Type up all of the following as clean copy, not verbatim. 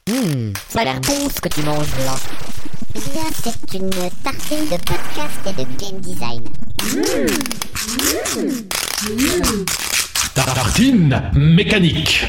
Ça a l'air bon ce que tu manges là. Eh bien, c'est une tartine de podcast et de game design. Tartine mécanique.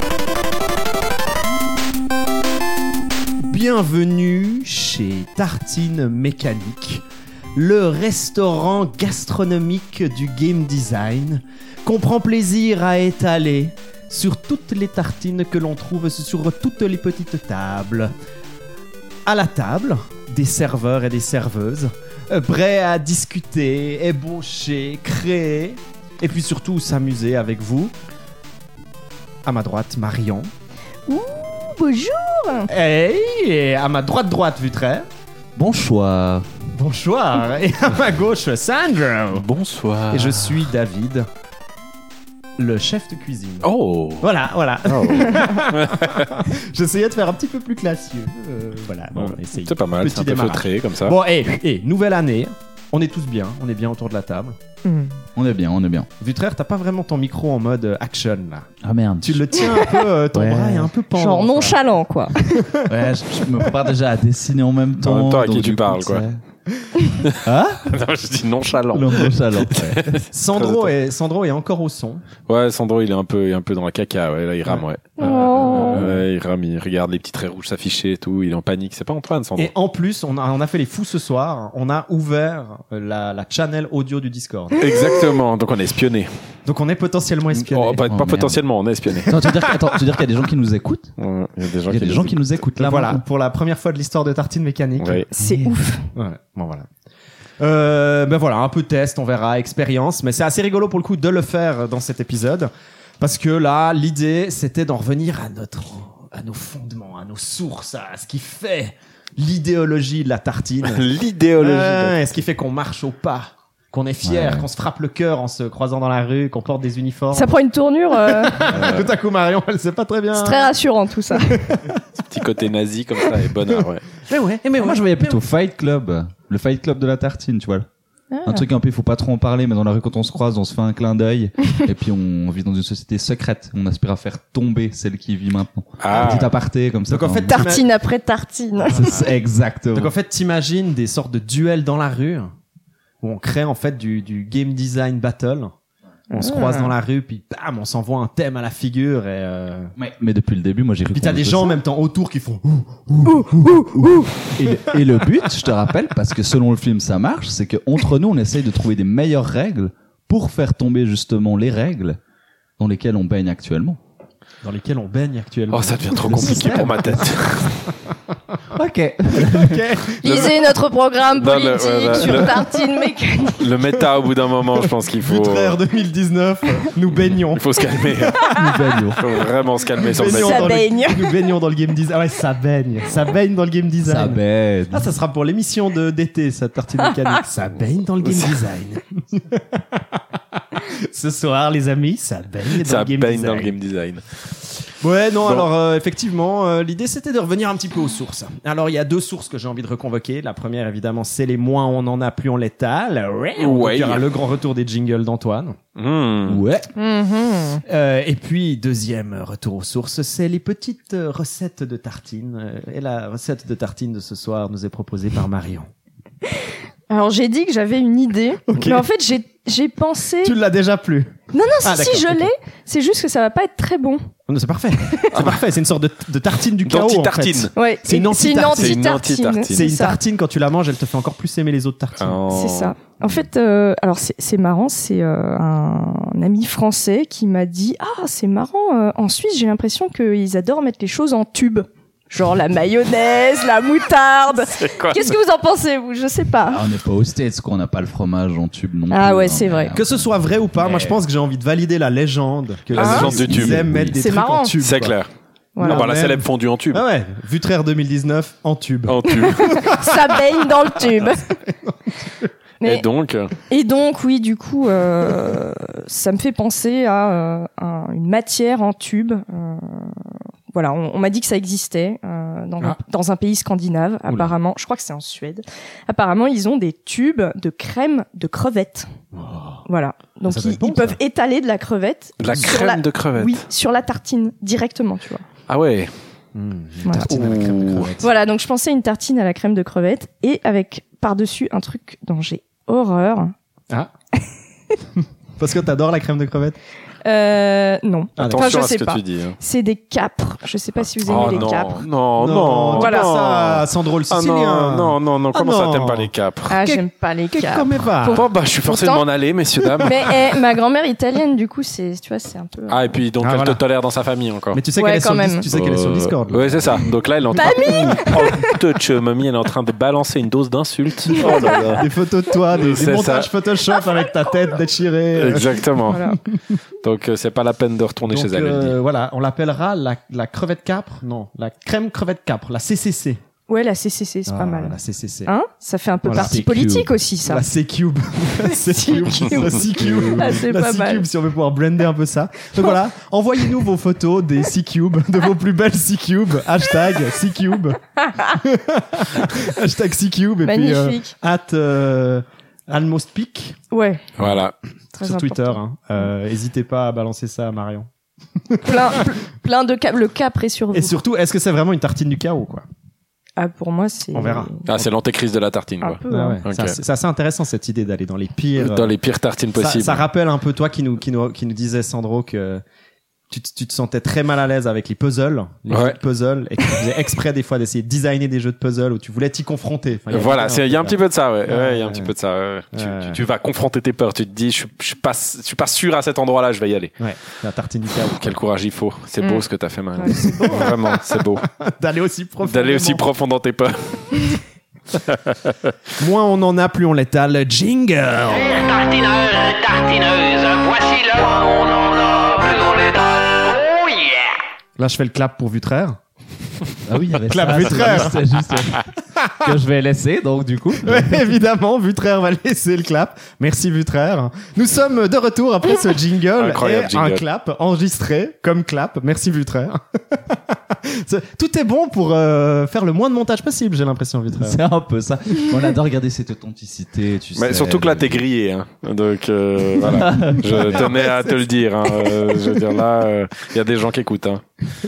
Bienvenue chez Tartine Mécanique, le restaurant gastronomique du game design qu'on prend plaisir à étaler sur toutes les tartines que l'on trouve sur toutes les petites tables. À la table, des serveurs et des serveuses, prêts à discuter, ébaucher, créer, et puis surtout s'amuser avec vous. À ma droite, Marion. Ouh, bonjour. Et à ma droite, Vutraire. Bonsoir. Bonsoir. Et à ma gauche, Sandro. Bonsoir. Et je suis David, le chef de cuisine. Oh. Voilà. Oh. J'essayais de faire un petit peu plus classieux. Voilà, bon, on essaye. C'est pas mal, Petit c'est un peu démarrage. feutré comme ça. Bon, nouvelle année. On est tous bien, on est bien autour de la table. On est bien. Vutraire, t'as pas vraiment ton micro en mode action là. Ah merde. Tu le tiens un peu, ton Ouais. bras est un peu pendant. Genre nonchalant, quoi. Ouais, je me prépare déjà à dessiner en même temps. En même temps, à qui donc tu du coup, parles, quoi. Hein? Non, je dis nonchalant. Nonchalant. Ouais. Sandro est encore au son. Ouais, Sandro, il est un peu dans la caca, ouais, là, il rame, ouais. Oh. Ouais, il rame, il regarde les petits traits rouges s'afficher et tout, il est en panique. C'est pas Antoine, Sandro. Et en plus, on a fait les fous ce soir. On a ouvert la channel audio du Discord. Exactement, donc on est espionné. Donc on est potentiellement espionné. Oh, pas merde. potentiellement, on est espionné. Attends, tu veux dire qu'il y a des gens qui nous écoutent? Ouais, il y a des gens Il y a des gens qui nous écoutent là. Voilà, maintenant. pour la première fois de l'histoire de Tartine Mécanique. Ouais. C'est ouf. Ouais, bon voilà. Ben voilà, un peu test, on verra, expérience, mais c'est assez rigolo pour le coup de le faire dans cet épisode, parce que là, l'idée, c'était d'en revenir à nos fondements, à nos sources, à ce qui fait l'idéologie de la tartine. L'idéologie. Et ce qui fait qu'on marche au pas, qu'on est fier, Ouais. qu'on se frappe le cœur en se croisant dans la rue, qu'on porte des uniformes. Ça prend une tournure. Tout à coup, Marion, elle sait pas très bien. C'est très rassurant, tout ça. Petit côté nazi comme ça, et bonheur, ouais. Mais Moi, je voyais plutôt Fight Club. Le Fight Club de la tartine, tu vois. Un truc un peu, il faut pas trop en parler, mais dans la rue, quand on se croise, on se fait un clin d'œil. Et puis, on vit dans une société secrète. On aspire à faire tomber celle qui vit maintenant. Ah. Un petit aparté, comme ça. Donc, en fait, Tartine après tartine. C'est exactement. Donc en fait, t'imagines des sortes de duels dans la rue où on crée en fait du game design battle. On se croise dans la rue, puis bam, on s'envoie un thème à la figure et Ouais, mais depuis le début, moi, j'ai puis t'as des gens en même temps autour qui font Et le but, je te rappelle, parce que selon le film, ça marche, c'est que entre nous, on essaye de trouver des meilleures règles pour faire tomber justement les règles dans lesquelles on baigne actuellement. dans lesquels on baigne actuellement. Oh, ça devient trop compliqué pour ma tête. Ok. Lisez notre programme Non, politique sur Tartine Mécanique. Le méta, au bout d'un moment, je pense qu'il faut... Vutraire 2019, nous baignons. Il faut se calmer. Nous baignons. Il faut vraiment se calmer sur le Baignons méta. Ça dans baigne. Nous baignons dans le game design. Ah ouais, ça baigne. Ça baigne dans le game design. Ça baigne. Ah, ça sera pour l'émission d'été, cette Tartine Mécanique. Ça baigne dans le game design. Ce soir, les amis, ça baigne dans Ça le game baigne design. dans le game design. Ouais, non, Bon. alors effectivement, l'idée c'était de revenir un petit peu aux sources. Alors il y a deux sources que j'ai envie de reconvoquer. La première, évidemment, c'est les moins on en a, plus on l'étale. Ouais. Ouais. Il y aura le grand retour des jingles d'Antoine. Ouais. Et puis, deuxième retour aux sources, c'est les petites recettes de tartines. Et la recette de tartines de ce soir nous est proposée par Marion. Alors, j'ai dit que j'avais une idée. Ok. Mais en fait, j'ai pensé. Tu l'as déjà plus. Non, Ah, si, d'accord, je ok. l'ai. C'est juste que ça va pas être très bon. Non, c'est parfait. C'est parfait. C'est une sorte de tartine du chaos. En D'anti-tartine. fait. Ouais. C'est une anti-tartine. C'est une anti-tartine. C'est une ça. tartine, quand tu la manges, elle te fait encore plus aimer les autres tartines. C'est ça. En fait, alors c'est marrant, c'est un ami français qui m'a dit « Ah, c'est marrant, en Suisse, j'ai l'impression qu'ils adorent mettre les choses en tube. Genre la mayonnaise, la moutarde. C'est quoi Qu'est-ce que vous en pensez, vous? Je sais pas. Ah, on n'est pas aux States, quoi. On n'a pas le fromage en tube non plus. Ah ouais, hein, c'est vrai. merde. Que ce soit vrai ou pas, Mais- moi je pense que j'ai envie de valider la légende que La les légende Suisses, du tube. ils aiment mettre Oui. des C'est trucs en marrant. tube. C'est quoi. clair. Voilà. Non, bah, la Même. célèbre fondue en tube. Ah ouais, Vutraire 2019 en tube. En tube. Ça baigne dans le tube. Mais- Et donc, oui, du coup, ça me fait penser à une matière en tube. Voilà, on m'a dit que ça existait dans un pays scandinave, apparemment. Je crois que c'est en Suède. Apparemment, ils ont des tubes de crème de crevettes. Voilà. Donc, Ça doit ils être bon, peuvent ça. étaler de la crevette. de la sur crème de crevette. Oui, sur la tartine, directement, tu vois. Ah ouais. Voilà. Tartine à la crème de crevette. Voilà, donc je pensais à une tartine à la crème de crevette et avec par-dessus un truc dont j'ai horreur. Ah. Parce que t'adores la crème de crevette. Non. Attention je à sais ce que pas. tu dis. Hein. C'est des capres. Je sais pas si vous aimez les capres. Non. Voilà. Dis pas ça, Sandro le Sicilien. Non. Comment ça, t'aimes pas les capres? Ah, j'aime pas les capres. Comme pas. Bon, je suis forcé de Pourtant- m'en aller, messieurs, dames. Mais ma grand-mère italienne, du coup, c'est un peu. Ah, et puis donc, elle voilà. te tolère dans sa famille encore. Mais tu sais Ouais, qu'elle est sur quand le même. tu sais qu'elle est sur Discord. là. Ouais, c'est ça. Donc là, elle est en train touch, mamie, elle est en train de balancer une dose d'insultes. Oh là là. Des photos de toi, des C'est montages ça. Photoshop avec ta tête déchirée. Exactement. Voilà. Donc, c'est pas la peine de retourner Donc, chez elle. Elle dit. voilà, on l'appellera la crevette capre. Non, la crème crevette capre, la CCC. Ouais, la CCC, c'est pas mal. La CCC. Hein? Ça fait un peu Voilà. parti CQ. politique aussi, ça. La C-Cube. La C-Cube. La C-Cube. Ah, c'est La pas mal. C-Cube, si on veut pouvoir blender un peu ça. Donc voilà, envoyez-nous vos photos des C-Cubes, de vos plus belles C-Cubes. Hashtag C-Cube. Hashtag C-Cube. Et Magnifique. puis, @almostpeak Ouais, Voilà. très sur important. Twitter. N'hésitez pas à balancer ça à Marion. Plein de capres. Le capre est sur vous. Et surtout, est-ce que c'est vraiment une tartine du chaos, quoi? Ah, pour moi, c'est. On verra. Ah, c'est l'antéchrist de la tartine, Un quoi. peu. Ah hein. ouais. Ok. C'est assez intéressant cette idée d'aller dans les pires. Dans les pires tartines possibles. Ça rappelle un peu toi qui nous disais, Sandro, que tu te sentais très mal à l'aise avec les puzzles, les jeux de puzzles, et que tu faisais exprès des fois d'essayer de designer des jeux de puzzles où tu voulais t'y confronter. Enfin, Voilà, il y a un petit peu de ça, ouais. Ouais, Ouais, il y a un petit peu de ça. Ouais. Tu vas confronter tes peurs. Tu te dis, je suis pas sûr à cet endroit-là, je vais y aller. Ouais, la tartine du chaos. Quel courage il faut. C'est beau ce que t'as fait, Marie. Ouais, c'est beau. Vraiment, c'est beau. D'aller aussi profond. D'aller aussi profond dans tes peurs. Moins on en a, plus on l'étale. Jingle. Tartineuse, tartineuse, voici le point, on en a plus on l'étale. Oh yeah! Là, je fais le clap pour Vutraire. Ah oui, il y avait Clap ça, Vutraire. c'est juste que je vais laisser, donc du coup. Ouais, évidemment, Vutraire va laisser le clap. Merci Vutraire. Nous sommes de retour après ce jingle Incroyable et jingle. un clap enregistré comme clap. Merci Vutraire. Tout est bon pour faire le moins de montage possible, j'ai l'impression, Vutraire. C'est un peu ça. On adore regarder cette authenticité, tu sais. Mais surtout que là, t'es grillé. Hein. Donc, voilà. Je tenais à te le dire. Hein. Je veux dire, là, il y a des gens qui écoutent. Hein.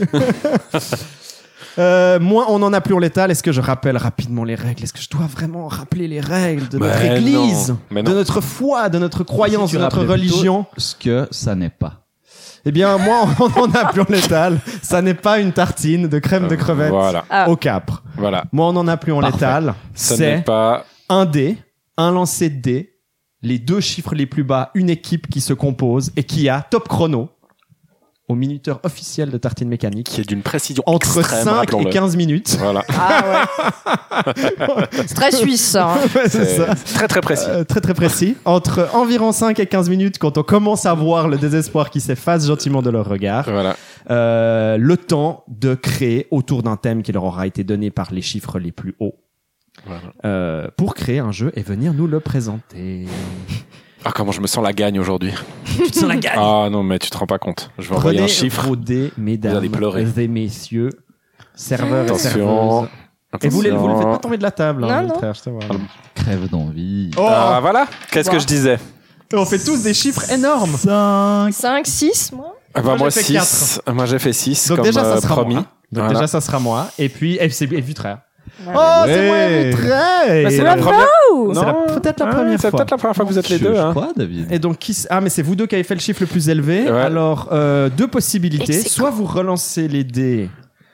Moins on en a, plus on l'étale. Est-ce que je rappelle rapidement les règles? Est-ce que je dois vraiment rappeler les règles de notre Mais église, non. Mais non. de notre foi, de notre croyance, Si de tu notre rappelais plutôt religion? Ce que ça n'est pas. Eh bien, moi, on en a, plus on l'étale. Ça n'est pas une tartine de crème de crevette Voilà. Ah. au capre. Voilà. Moi, on en a, plus on Parfait. l'étale. Ça C'est n'est pas. un dé, un lancer de dés, les deux chiffres les plus bas, une équipe qui se compose et qui a top chrono au minuteur officiel de Tartine Mécanique Qui est d'une précision entre extrême, 5 et rappelons-le. 15 minutes. Voilà. Ah ouais. C'est très suisse, ça. hein. Ouais, c'est ça. C'est très très précis. Très très précis. Entre environ 5 et 15 minutes, quand on commence à voir le désespoir qui s'efface gentiment de leur regard, Voilà. le temps de créer autour d'un thème qui leur aura été donné par les chiffres les plus hauts. Voilà. Pour créer un jeu et venir nous le présenter. Ah, comment je me sens la gagne aujourd'hui. Tu te sens la gagne. Ah non, mais tu te rends pas compte. Je vais envoyer Prenez un chiffre. vos dés, mesdames Vous allez pleurer. et messieurs, serveurs et Attention. serveuses. Et vous le faites pas tomber de la table. Non, hein, non. frère, je te vois. Crève d'envie. Oh, Ah, voilà. Qu'est-ce que je disais? on fait tous des chiffres énormes. 5. 5, 6, moi. Ah bah, Moi, moi j'ai fait 6. Moi j'ai fait 6 Donc comme déjà, ça sera promis. moi. Donc Voilà. déjà, ça sera moi. Et puis, c'est Vutraire. Ouais. Oh, c'est moi Ouais. et Vutraire. Bah, c'est la première. C'est peut-être la première C'est fois. peut-être la première fois que vous êtes les deux. Je Hein. crois, David. Et donc, mais c'est vous deux qui avez fait le chiffre le plus élevé. Ouais. Alors, deux possibilités. Ex aequo. Soit vous relancez les dés,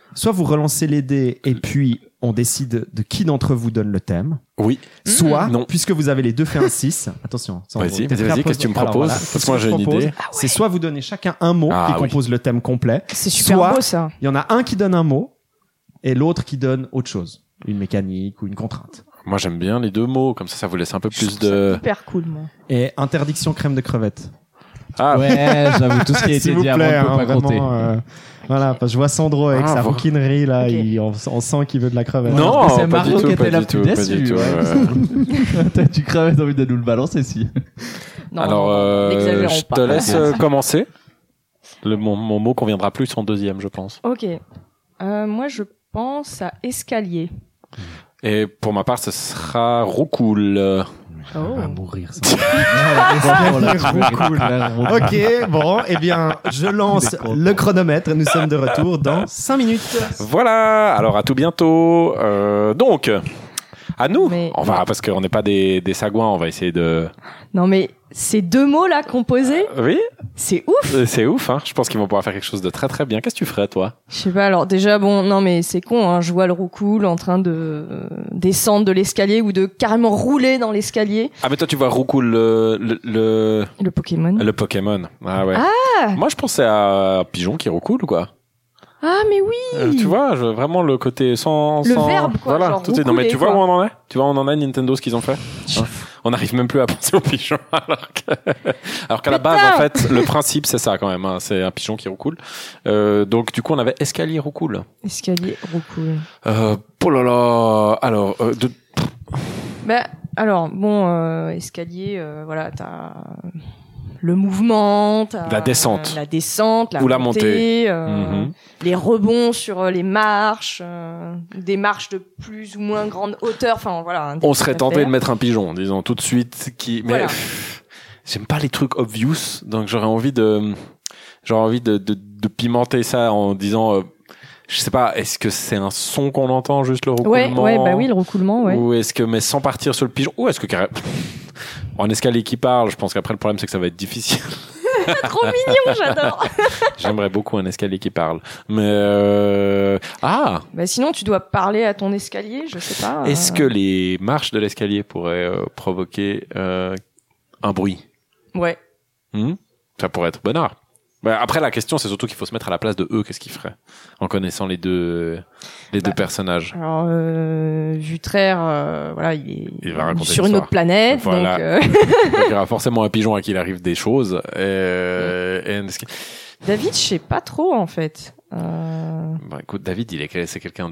et puis on décide de qui d'entre vous donne le thème. Oui. Soit, Non. puisque vous avez les deux fait un 6, attention. Sandro, Vas-y, t'es prêt à qu'est-ce que tu me poser- Alors, proposes? voilà, Parce que moi, ce j'ai que je une propose, idée. C'est soit vous donnez chacun un mot Ah, qui oui. compose le thème complet. C'est super Soit- beau, ça. Il y en a un qui donne un mot et l'autre qui donne autre chose. Une mécanique ou une contrainte. Moi j'aime bien les deux mots. Comme ça vous laisse un peu plus de. Super cool, moi. Et interdiction crème de crevettes. Ah Ouais, j'avoue, tout ce qui a été S'il vous dit avant plaît, ne peut hein, pas compter. vraiment, voilà, parce que je vois Sandro avec Ah, sa bon. rouquinerie là, Ok. on sent qu'il veut de la crevette. Non, c'est pas Mario du tout, qui pas était la du plus tout, pas déçue, du tout, ouais. T'as du crevette envie de nous le balancer, si. Non, Alors, n'exagérons je pas. te laisse commencer. Mon mot conviendra plus en deuxième, je pense. Ok. Moi, je pense à escalier. Et pour ma part, ce sera roucoule. On va mourir sans. Ok, bon, eh bien, je lance le chronomètre. Nous sommes de retour dans 5 minutes. Voilà, alors à tout bientôt. Donc, à nous. On va, parce qu'on n'est pas des sagouins, on va essayer de... Non mais, ces 2 mots là composés, oui, c'est ouf. C'est ouf, hein. Je pense qu'ils vont pouvoir faire quelque chose de très très bien. Qu'est-ce que tu ferais, toi? Je sais pas, alors déjà, bon, non mais c'est con, hein, je vois le roucoule en train de descendre de l'escalier ou de carrément rouler dans l'escalier. Ah, mais toi, tu vois roucoule le Pokémon. Le Pokémon. Ah ouais. Ah! Moi, je pensais à Pigeon qui roucoule, quoi. Ah, mais oui! Tu vois, vraiment le côté sans... Le verbe, quoi. Voilà, genre tout est... Non, mais tu vois quoi. où on en est? Tu vois où on en est, Nintendo, ce qu'ils ont fait? Hein, on n'arrive même plus à penser au pigeon, alors qu'à la base, en fait, le principe, c'est ça, quand même, hein. C'est un pigeon qui roucoule. Donc, du coup, on avait escalier roucoule. Escalier roucoule. Oh là là! Alors, Bah, alors, bon, escalier, voilà, t'as le mouvement, t'as la descente, la ou la montée, Mm-hmm. les rebonds sur les marches, des marches de plus ou moins grande hauteur, enfin voilà. On serait tenté de mettre un pigeon, disons tout de suite, mais voilà. J'aime pas les trucs obvious, donc j'aurais envie de pimenter ça en disant, je sais pas, est-ce que c'est un son qu'on entend, juste le roucoulement? Ouais, bah oui, le roucoulement, ouais. Ou est-ce que, mais sans partir sur le pigeon, ou est-ce que carrément, en escalier qui parle, je pense qu'après le problème c'est que ça va être difficile. Trop mignon, j'adore. J'aimerais beaucoup un escalier qui parle. Mais bah sinon tu dois parler à ton escalier, je sais pas. Est-ce que les marches de l'escalier pourraient provoquer un bruit? Ouais. Ça pourrait être bonnard. Bah, après, la question, c'est surtout qu'il faut se mettre à la place de eux. Qu'est-ce qu'ils feraient en connaissant les deux personnages? Alors, Vutraire, voilà, il va raconter sur une autre planète, voilà. Donc il y aura forcément un pigeon à qui il arrive des choses. David, je sais pas trop en fait. Bah, écoute, David, c'est quelqu'un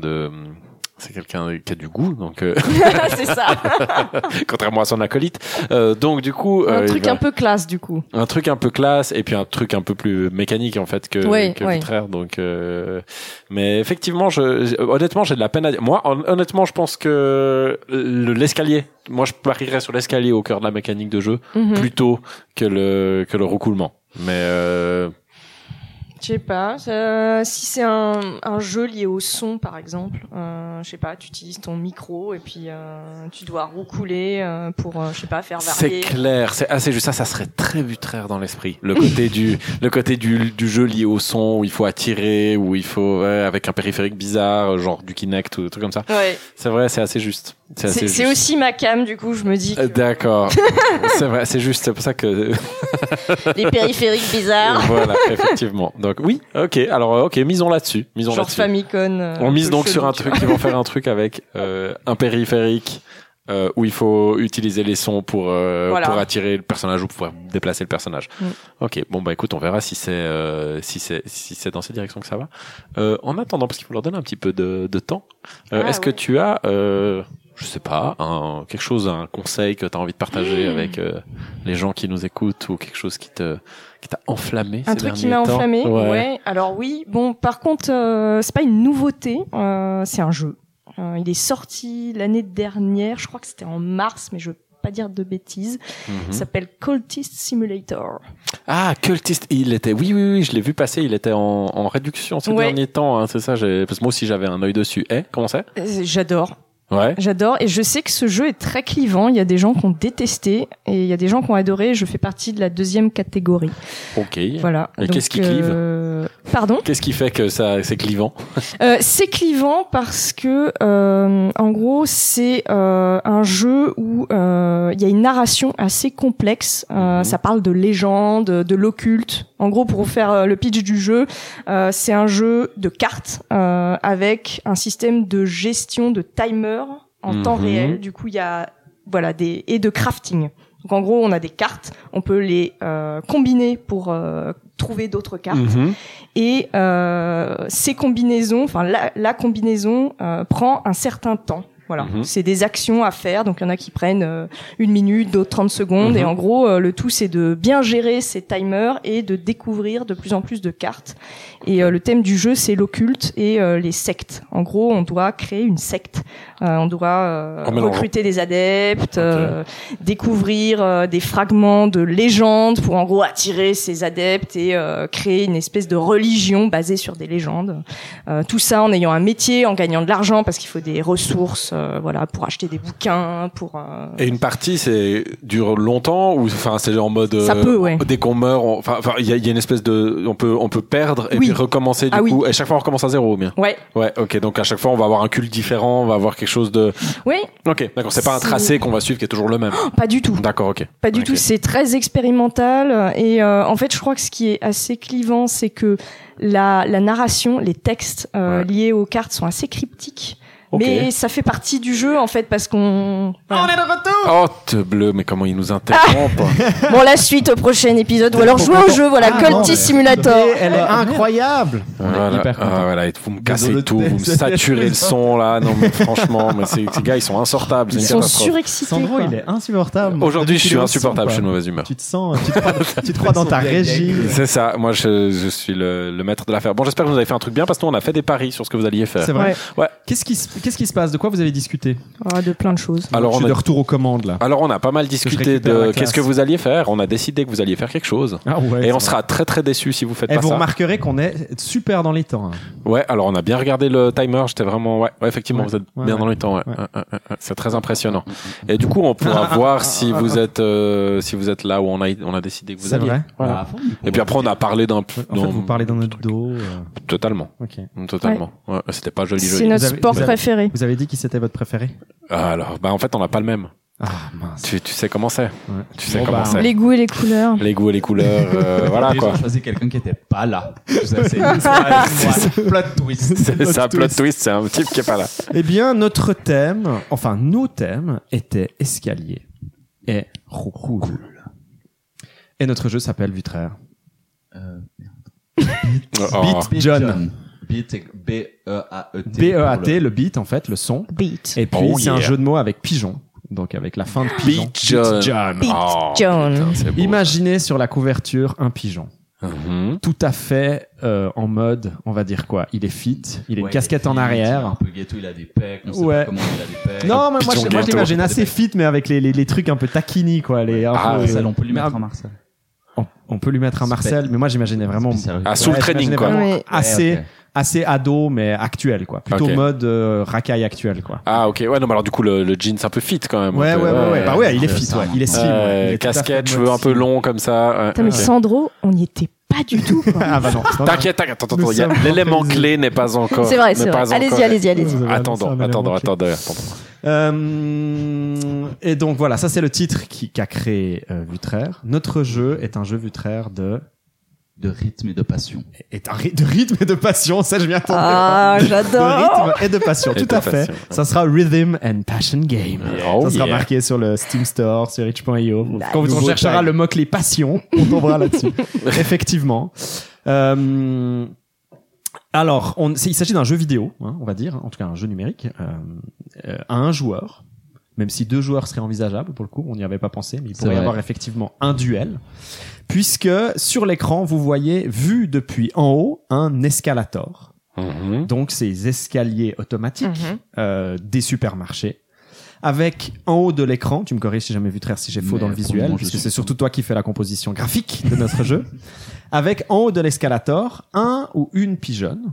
qui a du goût, donc c'est ça. Contrairement à son acolyte. Donc du coup, un truc un peu classe du coup. Un truc un peu classe et puis un truc un peu plus mécanique en fait que Vutraire. Donc, mais effectivement, honnêtement, j'ai de la peine à dire. Moi, honnêtement, je pense que l'escalier. Moi, je parierais sur l'escalier au cœur de la mécanique de jeu plutôt que le roucoulement. Mais je sais pas, si c'est un jeu lié au son par exemple, je sais pas, tu utilises ton micro et puis tu dois roucouler pour je sais pas faire varier. C'est clair, c'est assez juste ça serait très Vutraire dans l'esprit. Le côté du jeu lié au son où il faut attirer, où il faut avec un périphérique bizarre, genre du Kinect ou des trucs comme ça. Ouais. C'est vrai, c'est assez juste. C'est aussi ma cam du coup, je me dis. D'accord. C'est vrai, c'est juste, c'est pour ça que les périphériques bizarres. Voilà, effectivement. Donc oui, ok. Alors ok, misons là-dessus. Genre Famicom. On mise donc sur un truc qui vont faire un truc avec un périphérique où il faut utiliser les sons pour attirer le personnage ou pour déplacer le personnage. Ok, bon bah écoute, on verra si c'est dans cette direction que ça va. En attendant, parce qu'il faut leur donner un petit peu de temps. Est-ce que tu as je sais pas, un conseil que tu as envie de partager avec les gens qui nous écoutent ou quelque chose qui t'a enflammé un truc qui m'a enflammé, ouais. Alors oui, bon, par contre, c'est pas une nouveauté, c'est un jeu. Il est sorti l'année dernière, je crois que c'était en mars, mais je veux pas dire de bêtises. Il s'appelle Cultist Simulator. Ah, Cultist, il était, oui, je l'ai vu passer, il était en réduction ces derniers temps, hein, c'est ça, parce que moi aussi j'avais un œil dessus. Comment c'est? J'adore. Ouais. J'adore et je sais que ce jeu est très clivant. Il y a des gens qui ont détesté et il y a des gens qui ont adoré. Je fais partie de la deuxième catégorie. Ok. Voilà. Et qu'est-ce qui clive? Pardon? Qu'est-ce qui fait que ça c'est clivant? C'est clivant parce que en gros c'est un jeu où il y a une narration assez complexe. Ça parle de légendes, de l'occulte. En gros, pour faire le pitch du jeu, c'est un jeu de cartes avec un système de gestion de timer en temps réel. Du coup, il y a et de crafting. Donc en gros, on a des cartes, on peut les combiner pour trouver d'autres cartes. Et ces combinaisons, enfin la combinaison prend un certain temps. Voilà, c'est des actions à faire. Donc il y en a qui prennent 1 minute, d'autres 30 secondes. Et en gros, le tout c'est de bien gérer ces timers et de découvrir de plus en plus de cartes. Et le thème du jeu c'est l'occulte et les sectes. En gros, on doit créer une secte. On doit recruter des adeptes, découvrir des fragments de légendes pour en gros attirer ces adeptes et créer une espèce de religion basée sur des légendes. Tout ça en ayant un métier, en gagnant de l'argent parce qu'il faut des ressources, voilà, pour acheter des bouquins, pour. Et une partie, dure longtemps ou enfin c'est en mode. Ça peut, ouais. Dès qu'on meurt, enfin il y a une espèce de, on peut perdre et puis recommencer du coup. Et chaque fois on recommence à zéro, bien. Ouais. Ouais, ok. Donc à chaque fois on va avoir un culte différent, on va avoir quelque chose de. Oui. Ok, d'accord. C'est pas un tracé qu'on va suivre qui est toujours le même. Pas du tout. D'accord, ok. Pas du tout. C'est très expérimental et en fait je crois que ce qui est assez clivant, c'est que la narration, les textes liés aux cartes sont assez cryptiques. Okay. Mais ça fait partie du jeu en fait parce qu'on. Voilà. On est de retour. Oh te bleu, mais comment il nous interrompt. Bon, la suite au prochain épisode ou alors jouer au jeu, voilà, Cultist Simulator. Elle est incroyable. Voilà, vous me cassez tout, vous me saturez le son là. Non mais franchement, mais ces gars ils sont insortables. Ils sont surexcités. Sandro, il est insupportable. Aujourd'hui, je suis insupportable, je suis de mauvaise humeur. Tu te crois dans ta régie. C'est ça. Moi, je suis le maître de l'affaire. Bon, j'espère que vous avez fait un truc bien parce que nous on a fait des paris sur ce que vous alliez faire. C'est vrai. Ouais. Qu'est-ce qui se passe? De quoi vous avez discuté? De plein de choses. Alors, je suis de retour aux commandes là. Alors on a pas mal discuté de qu'est-ce que vous alliez faire. On a décidé que vous alliez faire quelque chose. Ah ouais, et on sera très très déçus si vous faites pas ça. Et vous remarquerez qu'on est super dans les temps. Hein. Ouais, alors on a bien regardé le timer. J'étais vraiment effectivement vous êtes bien dans les temps. Ouais. C'est très impressionnant. Et du coup on pourra voir si vous êtes là où on a décidé que vous alliez. Vrai. Voilà. Et puis après on a parlé d'un. En fait, vous parlez dans notre dos. Totalement. Ok. Totalement. Ouais, c'était pas joli. C'est notre sport préféré. Vous avez dit qui c'était votre préféré? Alors, en fait, on n'a pas le même. Ah, mince. Tu sais comment c'est. Ouais. Tu sais comment bah, c'est. Les goûts et les couleurs. Les goûts et les couleurs, voilà quoi. J'ai choisi quelqu'un qui était pas là. C'est plot twist. C'est ça, plot twist, c'est un type qui est pas là. Eh bien, nos thèmes étaient escalier et roucoule. Et notre jeu s'appelle Vutraire. Beat John. Beat, B-E-A-E-T. B-E-A-T, le beat en fait, le son. Beat. Et puis c'est un jeu de mots avec pigeon. Donc avec la fin de pigeon. Beat John. Beat John. Imaginez sur la couverture un pigeon. Tout à fait en mode, on va dire quoi, il est fit, il a une casquette en arrière. Un peu ghetto, il a des pecs, on sait pas comment il a des pecs. Non, mais moi je l'imagine assez fit, mais avec les trucs un peu taquini, quoi. Marcel, on peut lui mettre un Marcel. On peut lui mettre un Marcel, mais moi j'imaginais vraiment sous le training, quoi. Assez ado, mais actuel, quoi. Plutôt mode racaille actuel, quoi. Ah, ok. Ouais, non, mais alors du coup, le jean, c'est un peu fit quand même. Ouais. Bah ouais, il est fit, ouais. Il est slim. Casquette, cheveux un peu longs comme ça. Mais Sandro, on n'y était pas du tout, quoi. Ah bah non. T'inquiète, attends. L'élément clé n'est pas encore. C'est vrai. Allez-y. Attendons. Et donc voilà, ça c'est le titre qu'a créé Vutraire. Notre jeu est un jeu Vutraire de rythme et de passion. De rythme et de passion, ça je m'y attendais. Ah, j'adore. De rythme et de passion, tout à fait. Ça sera Rhythm and Passion Game. Ça sera marqué sur le Steam Store, sur itch.io. Quand on cherchera le mot-clé passion, on tombera là-dessus. Effectivement. Alors, il s'agit d'un jeu vidéo, hein, on va dire, en tout cas un jeu numérique, à un joueur. Même si 2 joueurs seraient envisageables, pour le coup, on n'y avait pas pensé, mais il pourrait y avoir effectivement un duel. Puisque sur l'écran, vous voyez, vu depuis en haut, un escalator. Donc, ces escaliers automatiques des supermarchés. Avec en haut de l'écran, tu me corriges si jamais Vutraire, si j'ai faux dans le visuel, puisque c'est surtout toi qui fais la composition graphique de notre jeu. Avec en haut de l'escalator, un ou une pigeonne.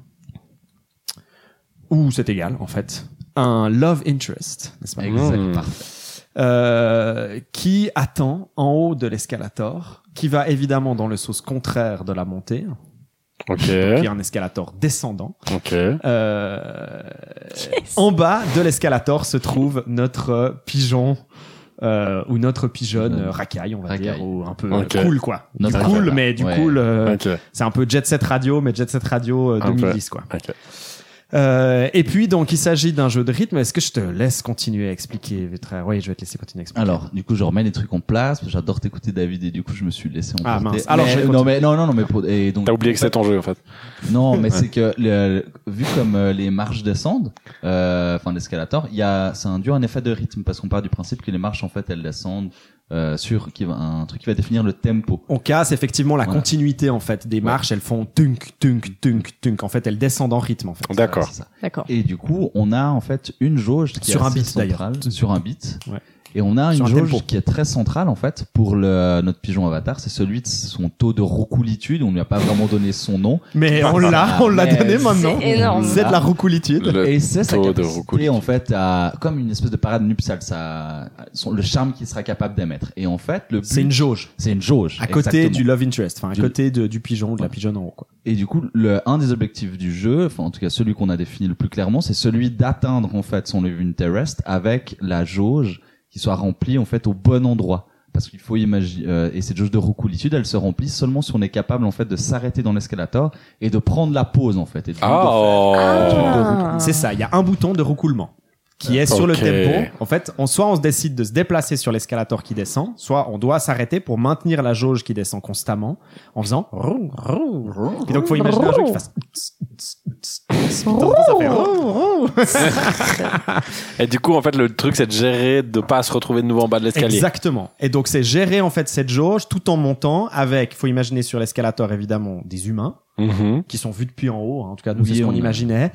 Ou c'est égal, en fait. Un love interest, n'est-ce pas? Exact, parfait. Qui attend en haut de l'escalator, qui va évidemment dans le sens contraire de la montée. Ok. Qui est un escalator descendant. Ok. En bas de l'escalator se trouve notre pigeon ou notre pigeonne racaille, on va dire, ou un peu cool, quoi. Du cool, mais du cool. C'est un peu Jet Set Radio, mais Jet Set Radio 2010, quoi. Et puis donc il s'agit d'un jeu de rythme. Est-ce que je te laisse continuer à expliquer, Vétra? Oui, je vais te laisser continuer à expliquer. Alors, du coup, je remets les trucs en place. J'adore t'écouter, David, et du coup, je me suis laissé emporter. Ah mince. Alors, je vais non, mais et donc. T'as oublié que c'est ton jeu en fait. Non, mais c'est que vu comme les marches descendent, enfin l'escalator, c'est un un effet de rythme parce qu'on part du principe que les marches en fait elles descendent sur un truc qui va définir le tempo. On casse effectivement la continuité en fait des marches, elles font tunk tunk tunk tunk. En fait, elles descendent en rythme en fait. D'accord. D'accord. Et du coup, on a en fait une jauge qui sur est un assez beat centrale, d'ailleurs. sur un beat. Ouais. Et on a Sur une un jauge tempo. qui est très centrale en fait pour notre pigeon avatar, c'est celui de son taux de roucoulitude. On lui a pas vraiment donné son nom, Mais on l'a mais donné maintenant. c'est énorme. C'est de la roucoulitude. et c'est sa taux de capacité roucoulitude. en fait à comme une espèce de parade nuptiale, le charme qu'il sera capable d'émettre. Et en fait, le but, C'est une jauge. c'est une jauge À côté exactement. du love interest, enfin à Du- côté du pigeon, de la pigeonne en haut quoi. Et du coup, un des objectifs du jeu, enfin en tout cas celui qu'on a défini le plus clairement, c'est celui d'atteindre en fait son love interest avec la jauge qui soit remplie en fait au bon endroit. Parce qu'il faut imaginer, et cette jauge de roucoulitude, elle se remplit seulement si on est capable en fait de s'arrêter dans l'escalator et de prendre la pause en fait. Et de faire un truc de roucoulement. C'est ça, il y a un bouton de roucoulement qui est sur le Ok. tempo. En fait, soit on se décide de se déplacer sur l'escalator qui descend, soit on doit s'arrêter pour maintenir la jauge qui descend constamment en faisant rou, rou, rou. Et donc faut imaginer un jeu qui fasse puis de temps en temps, ça fait rou, rou. Et du coup, en fait, le truc, c'est de gérer, de pas se retrouver de nouveau en bas de l'escalier. Exactement. Et donc c'est gérer en fait cette jauge tout en montant avec, faut imaginer sur l'escalator évidemment des humains Mhm. qui sont vus depuis en haut, hein. En tout cas nous Oui, c'est ce qu'on on a- imaginait.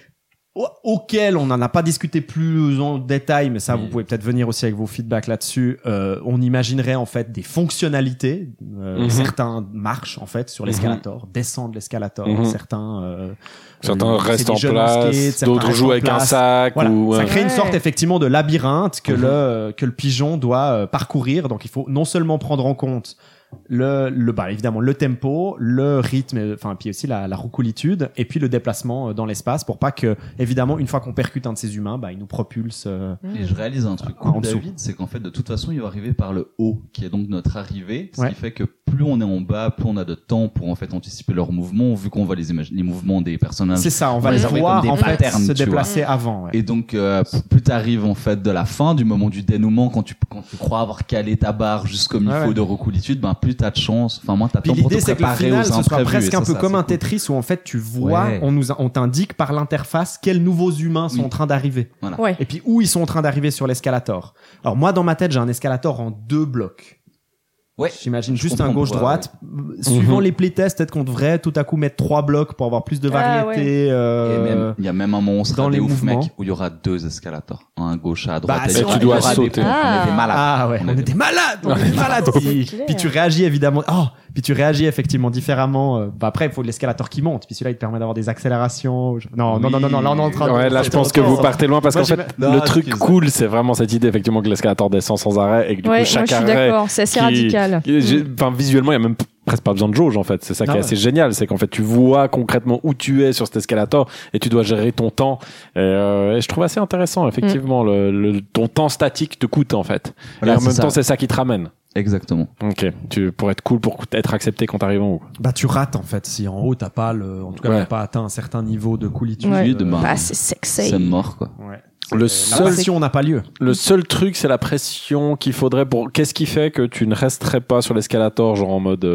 Auquel on n'en a pas discuté plus en détail, mais ça vous pouvez peut-être venir aussi avec vos feedbacks là-dessus. On imaginerait en fait des fonctionnalités, certains marchent en fait sur l'escalator, descendent l'escalator, certains Certains c'est restent des en jeunes place, skate, certains d'autres restent jouent en avec un place. sac Voilà, ou ça crée une Ouais. sorte effectivement de labyrinthe que le pigeon doit parcourir. Donc il faut non seulement prendre en compte évidemment le tempo, le rythme, enfin puis aussi la roucoulitude et puis le déplacement dans l'espace pour pas que évidemment une fois qu'on percute un de ces humains, il nous propulse. Et je réalise un truc En cool, dessous. David, c'est qu'en fait, de toute façon, il va arriver par le haut, qui est donc notre arrivée, ce Ouais. qui fait que plus on est en bas, plus on a de temps pour en fait anticiper leurs mouvements, vu qu'on va les mouvements des personnages. C'est ça, on va les les arriver voir comme en des fait patterns, se tu vois. déplacer avant. Ouais. Et donc, plus t'arrives en fait de la fin, du moment du dénouement, quand tu crois avoir calé ta barre jusqu'omme il Ouais, faut ouais. de roucoulitude, plus t'as de chance. Enfin, moins t'as Puis temps pour te l'idée c'est que le préparer final aux ce soit imprévus. presque et un ça, peu comme c'est un cool. Tetris où en fait tu vois, Ouais. on t'indique par l'interface quels nouveaux humains sont Oui. en train d'arriver. Ouais. Et puis où ils sont en train d'arriver sur l'escalator. Alors moi dans ma tête j'ai un escalator en 2 blocs. Ouais. J'imagine Je juste un comprends gauche-droite. Suivant les playtests, peut-être qu'on devrait tout à coup mettre 3 blocs pour avoir plus de Ah, variété. Et même, il y a même un monstre dans dans les les ouf, mouvements. mec, où il y aura 2 escalators. Un à gauche, un à droite. Bah, et si il y on- aura tu dois des sauter. ponts. On est des malades. Ah ouais, on était malades, on était malades. Puis tu réagis évidemment. Puis tu réagis effectivement différemment. Après, il faut l'escalator qui monte. Puis celui-là, il te permet d'avoir des accélérations. Non, non, non, non, non, là on est en train de. Ouais, là, je pense que vous partez loin parce Moi, qu'en fait, j'ai- Non, le truc excuse. cool, c'est vraiment cette idée, effectivement, que l'escalator descend sans arrêt et que du Ouais, coup, moi chaque je suis arrêt. d'accord, c'est assez radical. Enfin, visuellement, il y a même presque pas besoin de jauge, en fait. C'est ça qui est ouais. assez génial. C'est qu'en fait, tu vois concrètement où tu es sur cet escalator et tu dois gérer ton temps. Et je trouve assez intéressant, effectivement, ton temps statique te coûte, en fait. Voilà, et en c'est même ça. temps, c'est ça qui te ramène. Exactement. Ok. Pour être cool, pour être accepté quand t'arrives en haut. Bah tu rates en fait si en haut t'as pas en tout cas Ouais. t'as pas atteint un certain niveau de coolitude. Ouais. Bah, C'est sexy. C'est mort, quoi. Ouais. Le La seul pression n'a pas lieu. Le seul truc, c'est la pression qu'il faudrait pour. Qu'est-ce qui fait que tu ne resterais pas sur l'escalator, genre en mode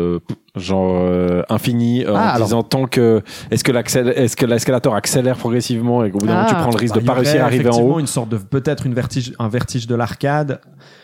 infini, en alors- disant tant que est-ce que l'escalator accélère progressivement et qu'au bout d'un moment tu prends le risque de Il y pas réussir à aurait arriver en effectivement haut. une sorte de peut-être un vertige de l'arcade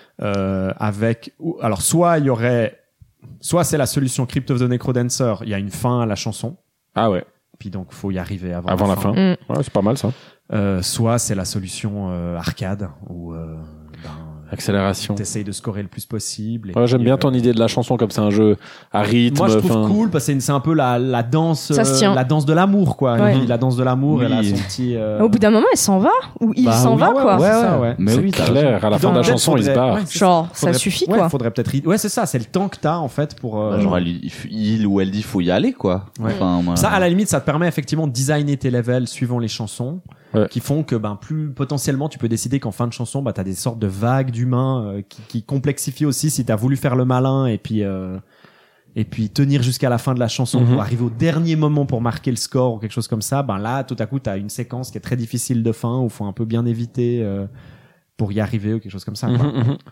alors soit c'est la solution Crypt of the Necrodancer, il y a une fin à la chanson, Ah ouais, puis donc faut y arriver avant, avant la fin. Mm. Ouais, c'est pas mal ça. Soit c'est la solution arcade où Accélération. t'essayes de scorer le plus possible. Et Ouais, j'aime puis, bien ton idée de la chanson comme c'est un jeu à rythme. Moi, je trouve enfin, cool parce que c'est un peu la danse, Ça se tient. la danse de l'amour, quoi. Ouais. La danse de l'amour, Oui. elle a son petit. Au bout d'un moment, elle s'en va ou il s'en oui, va ouais, quoi. ouais, c'est ça, ouais. Mais c'est oui, t'as raison. clair. À la fin de la Donc, chanson, il se faudrait- barre. ouais, c'est Genre, ça Faudrait- suffit ouais, quoi. faudrait peut-être. Ouais, c'est ça, c'est le temps que t'as en fait pour. Genre, il ou elle dit, faut y aller, quoi. Ouais. Enfin, moi, Ça, à la limite, ça te permet effectivement de designer tes levels suivant les chansons, Ouais. qui font que plus potentiellement tu peux décider qu'en fin de chanson, t'as des sortes de vagues d'humains qui complexifient aussi si t'as voulu faire le malin et puis et puis tenir jusqu'à la fin de la chanson pour arriver au dernier moment pour marquer le score ou quelque chose comme ça, ben là, tout à coup, t'as une séquence qui est très difficile de fin où faut un peu bien éviter pour y arriver ou quelque chose comme ça. Quoi.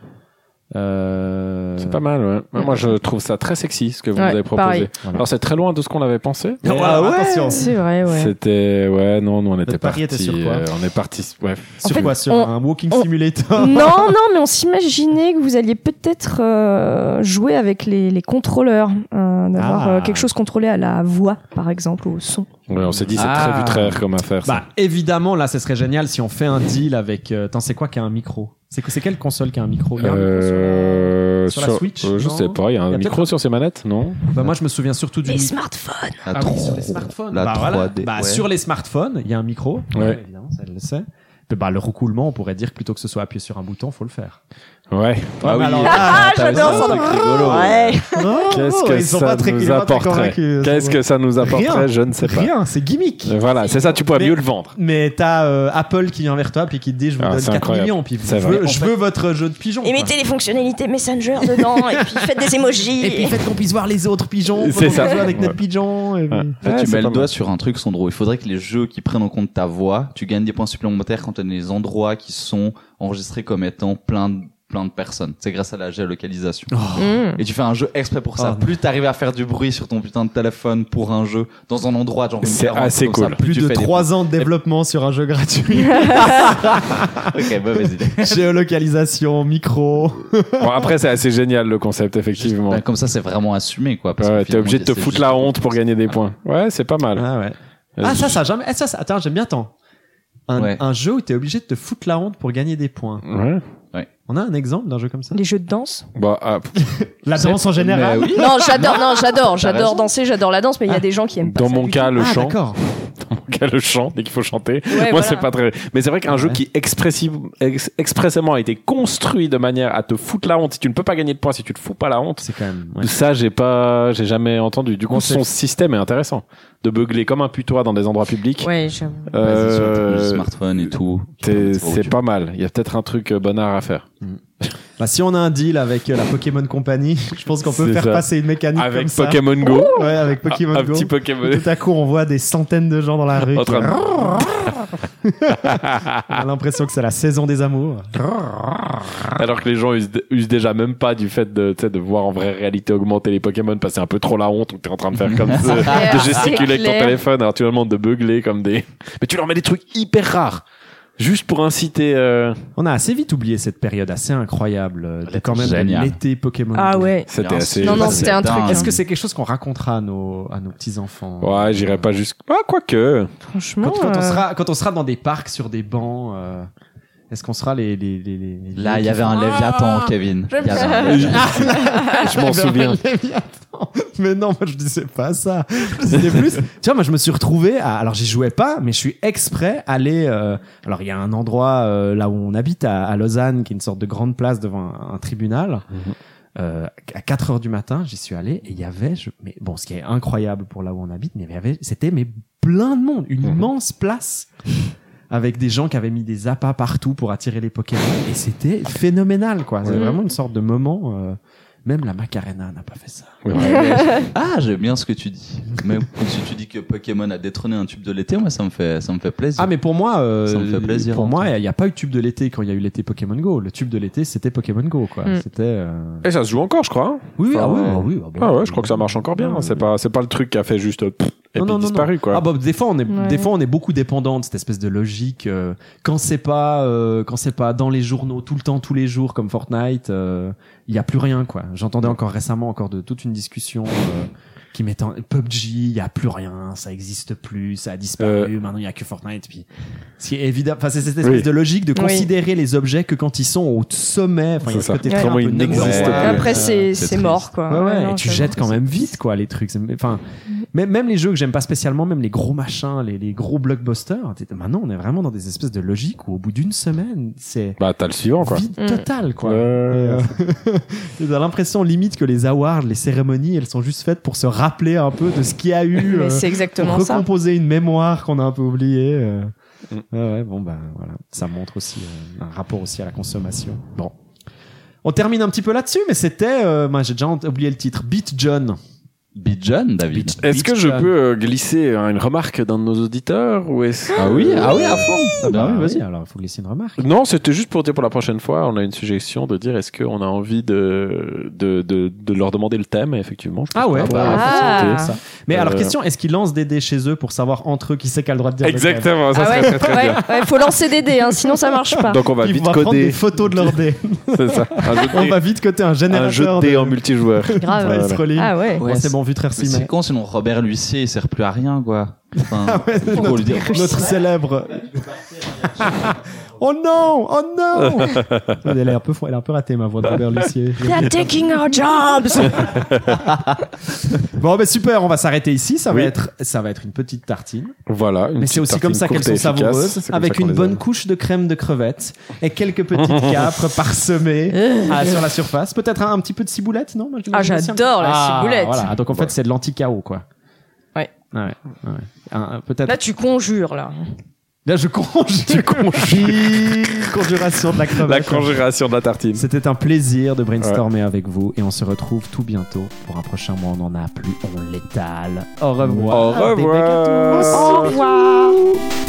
C'est pas mal, ouais. Moi, je trouve ça très sexy, ce que vous nous avez proposé. Voilà. Alors, c'est très loin de ce qu'on avait pensé. Mais attention. C'est vrai, ouais. C'était, nous, on était Notre pari partis. était sur quoi On est partis, ouais. Sur fait, quoi? Sur un walking simulator? Non, mais on s'imaginait que vous alliez peut-être jouer avec les contrôleurs, d'avoir quelque chose contrôlé à la voix, par exemple, au son. Ouais, on s'est dit, c'est très arbitraire comme affaire, ça. Bah, évidemment, là, ce serait génial si on fait un deal avec, attends, c'est quoi qui a un micro? C'est quelle console qui a un micro? Il y a un micro sur la Switch? Je sais pas, il y a un micro sur ces manettes, non? Bah, moi, je me souviens surtout du Les smartphones. Ah oui, sur les smartphones. La Bah, voilà. 3D, Bah, ouais. sur les smartphones, il y a un micro. Ouais. Évidemment, ça, elle le sait. Puis, bah, le roucoulement, on pourrait dire que plutôt que ce soit appuyé sur un bouton, faut le faire. Ouais. Ah oui. alors, j'adore ça. Ouais. Qu'est-ce que ils sont ça pas très- nous ils sont pas très apporterait? convaincus. Qu'est-ce que ça nous apporterait? Rien. Je ne sais pas. Rien, c'est gimmick. Voilà, c'est ça, tu pourrais Mais- mieux le vendre. Mais t'as Apple qui vient vers toi puis qui te dit je vous Ah, donne c'est 4 incroyable. millions puis C'est vrai. je veux votre jeu de pigeon. Et quoi. mettez les fonctionnalités Messenger dedans, et puis faites des emojis. Et puis faites qu'on puisse voir les autres pigeons. C'est ça. Jouer avec notre Ouais. pigeon. Et puis- Ouais. En fait, Ouais, tu c'est mets pas le doigt mal. sur un truc, Sandro. Il faudrait que les jeux qui prennent en compte ta voix, tu gagnes des points supplémentaires quand tu as des endroits qui sont enregistrés comme étant plein de personnes. C'est grâce à la géolocalisation. Et tu fais un jeu exprès pour ça. Oh. Plus t'arrives à faire du bruit sur ton putain de téléphone pour un jeu dans un endroit genre une C'est terrasse assez comme ça, cool. Plus tu de fais des 3 ans de développement sur un jeu gratuit. Ok, mauvaise idée. Géolocalisation, micro. Bon, après, c'est assez génial le concept, effectivement. Bah, comme ça, c'est vraiment assumé, quoi. Parce que Ouais, t'es finalement, obligé de te c'est foutre juste- la honte pour gagner des points. Ouais, c'est pas mal. Ah ouais. Ah ça jamais. Attends, j'aime bien tant. Ouais. Un jeu où t'es obligé de te foutre la honte pour gagner des points. Ouais. On a un exemple d'un jeu comme ça? Les jeux de danse. Bon, La danse en général. Mais oui. Non, j'adore raison. danser, j'adore la danse, mais il y a des gens qui aiment pas dans ça mon du cas, tout. le Ah chant. d'accord. Dans mon cas, le chant, dès qu'il faut chanter. Ouais, Moi, voilà. c'est pas très. Mais c'est vrai qu'un jeu qui expressément a été construit de manière à te foutre la honte. Si tu ne peux pas gagner de points, si tu te fous pas la honte. C'est quand même. Ouais. Ça, j'ai jamais entendu. Du coup, Bon, son système est intéressant. De beugler comme un putois dans des endroits publics. Ouais, j'avoue. Vas-y, sur ton smartphone et tout. C'est pas mal. Il y a peut-être un truc bonnard à faire. Bah, si on a un deal avec la Pokémon Company, je pense qu'on peut C'est faire ça. passer une mécanique Avec comme ça. Pokémon Go. Ouais, avec Pokémon Un Go. petit Pokémon. Tout à coup, on voit des centaines de gens dans la rue. En train de- On a l'impression que c'est la saison des amours. Alors que les gens usent déjà même pas du fait de, tu sais, de voir en vraie réalité augmenter les Pokémon, parce que c'est un peu trop la honte où t'es en train de faire comme ça, clair, de gesticuler c'est avec ton clair. téléphone, alors tu leur demandes de beugler comme des... Mais tu leur mets des trucs hyper rares. Juste pour inciter... On a assez vite oublié cette période assez incroyable de quand même de génial. l'été Pokémon. Ah Go. ouais. C'était Bien assez... sûr. Non, C'est c'était un truc. dingue. Est-ce que c'est quelque chose qu'on racontera à nos petits-enfants? Ouais, j'irai pas jusqu'à... Ah, quoique. Franchement. Quand on sera dans des parcs sur des bancs, est-ce qu'on sera les Là, il y avait un Léviathan, Kevin. Il y avait un Léviathan. Je m'en souviens. Mais non, moi je disais pas ça. Je disais plus. Tu vois, moi je me suis retrouvé alors j'y jouais pas, mais je suis exprès allé alors il y a un endroit là où on habite à Lausanne qui est une sorte de grande place devant un tribunal. À 4 heures du matin, j'y suis allé et il y avait mais bon, ce qui est incroyable pour là où on habite, mais c'était plein de monde, une immense place. Avec des gens qui avaient mis des appâts partout pour attirer les Pokémon. Et c'était phénoménal, quoi. C'est vraiment une sorte de moment... Même la Macarena n'a pas fait ça. Ah, j'aime bien ce que tu dis. Mais si tu dis que Pokémon a détrôné un tube de l'été, moi, ça me fait plaisir. Ah, mais pour moi... Ça me fait plaisir, Pour en moi, tout. il n'y a pas eu de tube de l'été quand il y a eu l'été Pokémon Go. Le tube de l'été, c'était Pokémon Go, quoi. C'était... Et ça se joue encore, je crois. Hein. Oui, Enfin, oui. Ah ouais, je crois que ça marche encore bien. C'est pas le truc qui a fait juste... et puis disparu, quoi. Ah bah des fois on est beaucoup dépendant de cette espèce de logique quand c'est pas dans les journaux tout le temps tous les jours comme Fortnite, il y a plus rien, quoi. J'entendais encore récemment de toute une discussion qui mettait PUBG, il y a plus rien, ça existe plus, ça a disparu, maintenant il y a que Fortnite. Puis c'est évident, enfin c'est cette espèce de logique de considérer les objets que quand ils sont au sommet, enfin il y a ce côté très un peu ils n'existent négatif. plus. Après, c'est c'est mort, quoi. Ouais, Non, et tu j'avoue. jettes quand même vite, quoi, les trucs. Enfin, même les jeux que j'aime pas spécialement, même les gros machins, les gros blockbusters, maintenant on est vraiment dans des espèces de logiques où au bout d'une semaine, c'est Bah, t'as le suivant, quoi. vide total, quoi. Ouais. T'as l'impression limite que les awards, les cérémonies, elles sont juste faites pour se rappeler un peu de ce qu'il y a eu, Mais c'est exactement pour ça. recomposer une mémoire qu'on a un peu oubliée. Ouais, bon, bah voilà, ça montre aussi un rapport aussi à la consommation. Bon. On termine un petit peu là-dessus, mais c'était, j'ai déjà oublié le titre, Beat John. Bidjon, David. Est-ce que je peux glisser une remarque d'un de nos auditeurs ou est-ce... Ah oui, à fond. oui, vas-y. Alors, il faut glisser une remarque. Non, c'était juste pour dire pour la prochaine fois, on a une suggestion de dire est-ce qu'on a envie de leur demander le thème, et effectivement. Ah ouais. Ça. Mais alors, question, est-ce qu'ils lancent des dés chez eux pour savoir entre eux qui c'est qui a le droit de dire exactement, le thème? ça serait très bien. Ouais, faut lancer des dés, hein, sinon ça marche pas. Donc on va vite prendre coder des photos de leurs dés. C'est ça. On va vite coder un générateur. Un jeu de dés en multijoueur. Grave. Ah ouais. Bon, c'est bon, vu très Mais c'est con, sinon Robert L'Huissier, il sert plus à rien, quoi. Enfin, faut le dire. Notre célèbre. Oh non! Elle est un peu ratée, ma voix de Robert L'Huissier. They're taking our jobs! Bon, ben super, on va s'arrêter ici. Ça va être une petite tartine. Voilà. Mais c'est aussi comme ça qu'elles sont savoureuses, avec une bonne couche de crème de crevettes et quelques petites capres parsemées sur la surface. Peut-être un petit peu de ciboulette, non? J'adore la ciboulette. Voilà. Donc en fait, c'est de l'anti-chaos, quoi. Ouais. Peut-être. Là, tu conjures, là. Là, je conjure. Conjuration de la crevette. La conjuration de la tartine. C'était un plaisir de brainstormer avec vous et on se retrouve tout bientôt pour un prochain mois. On en a plus, on l'étale. Au revoir. Au revoir. Au revoir.